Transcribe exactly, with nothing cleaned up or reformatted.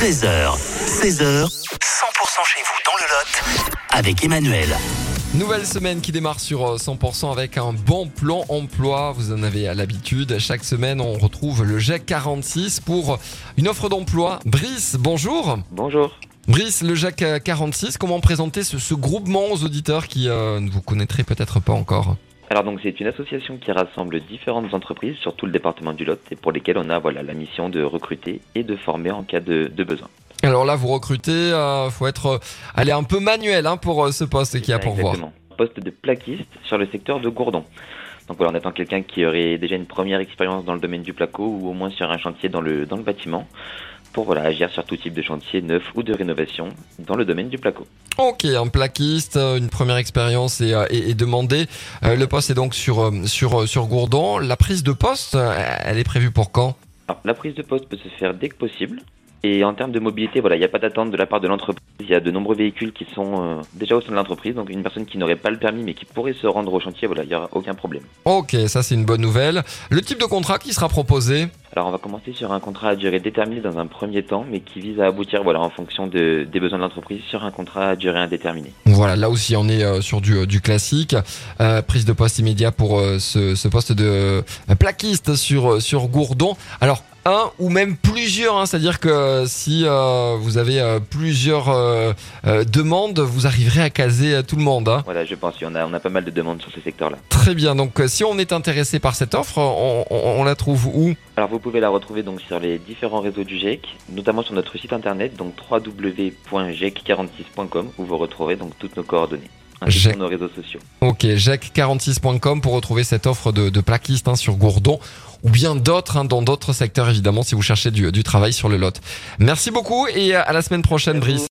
treize heures, seize heures, cent pour cent chez vous dans le Lot avec Emmanuel. Nouvelle semaine qui démarre sur cent pour cent avec un bon plan emploi. Vous en avez à l'habitude. Chaque semaine, on retrouve le G E C quarante-six pour une offre d'emploi. Brice, bonjour. Bonjour. Brice, le G E C quarante-six, comment présenter ce, ce groupement aux auditeurs qui euh, ne vous connaîtraient peut-être pas encore ? Alors donc c'est une association qui rassemble différentes entreprises sur tout le département du Lot et pour lesquelles on a voilà la mission de recruter et de former en cas de, de besoin. Alors là, vous recrutez, euh, faut être euh, allez, un peu manuel hein, pour euh, ce poste qu'il y a pour voir. Exactement. Poste de plaquiste sur le secteur de Gourdon. Donc voilà, on attend quelqu'un qui aurait déjà une première expérience dans le domaine du placo ou au moins sur un chantier dans le dans le bâtiment pour voilà agir sur tout type de chantier neuf ou de rénovation dans le domaine du placo. Ok, un plaquiste, une première expérience est, est, est demandée. Euh, le poste est donc sur sur sur Gourdon. La prise de poste, elle est prévue pour quand ? Alors, la prise de poste peut se faire dès que possible. Et en termes de mobilité, voilà, il n'y a pas d'attente de la part de l'entreprise. Il y a de nombreux véhicules qui sont euh, déjà au sein de l'entreprise. Donc une personne qui n'aurait pas le permis mais qui pourrait se rendre au chantier, voilà, il n'y aura aucun problème. Ok, ça c'est une bonne nouvelle. Le type de contrat qui sera proposé ? Alors on va commencer sur un contrat à durée déterminée dans un premier temps, mais qui vise à aboutir voilà, en fonction de, des besoins de l'entreprise sur un contrat à durée indéterminée. Voilà, là aussi on est euh, sur du, du classique. Euh, prise de poste immédiat pour euh, ce, ce poste de euh, plaquiste sur, sur Gourdon. Alors, un ou même plusieurs, hein, c'est-à-dire que si euh, vous avez euh, plusieurs euh, euh, demandes, vous arriverez à caser euh, tout le monde. Hein. Voilà, je pense qu'on a, on a pas mal de demandes sur ce secteur-là. Très bien, donc euh, si on est intéressé par cette offre, on, on, on la trouve où ? Alors vous pouvez la retrouver donc sur les différents réseaux du G E C, notamment sur notre site internet, donc w w w point g e c quarante-six point com, où vous retrouverez donc toutes nos coordonnées. Ainsi G- sur nos réseaux sociaux. Ok, G E C quarante-six point com pour retrouver cette offre de, de plaquiste hein, sur Gourdon ou bien d'autres hein, dans d'autres secteurs évidemment si vous cherchez du, du travail sur le Lot. Merci beaucoup et à la semaine prochaine Brice.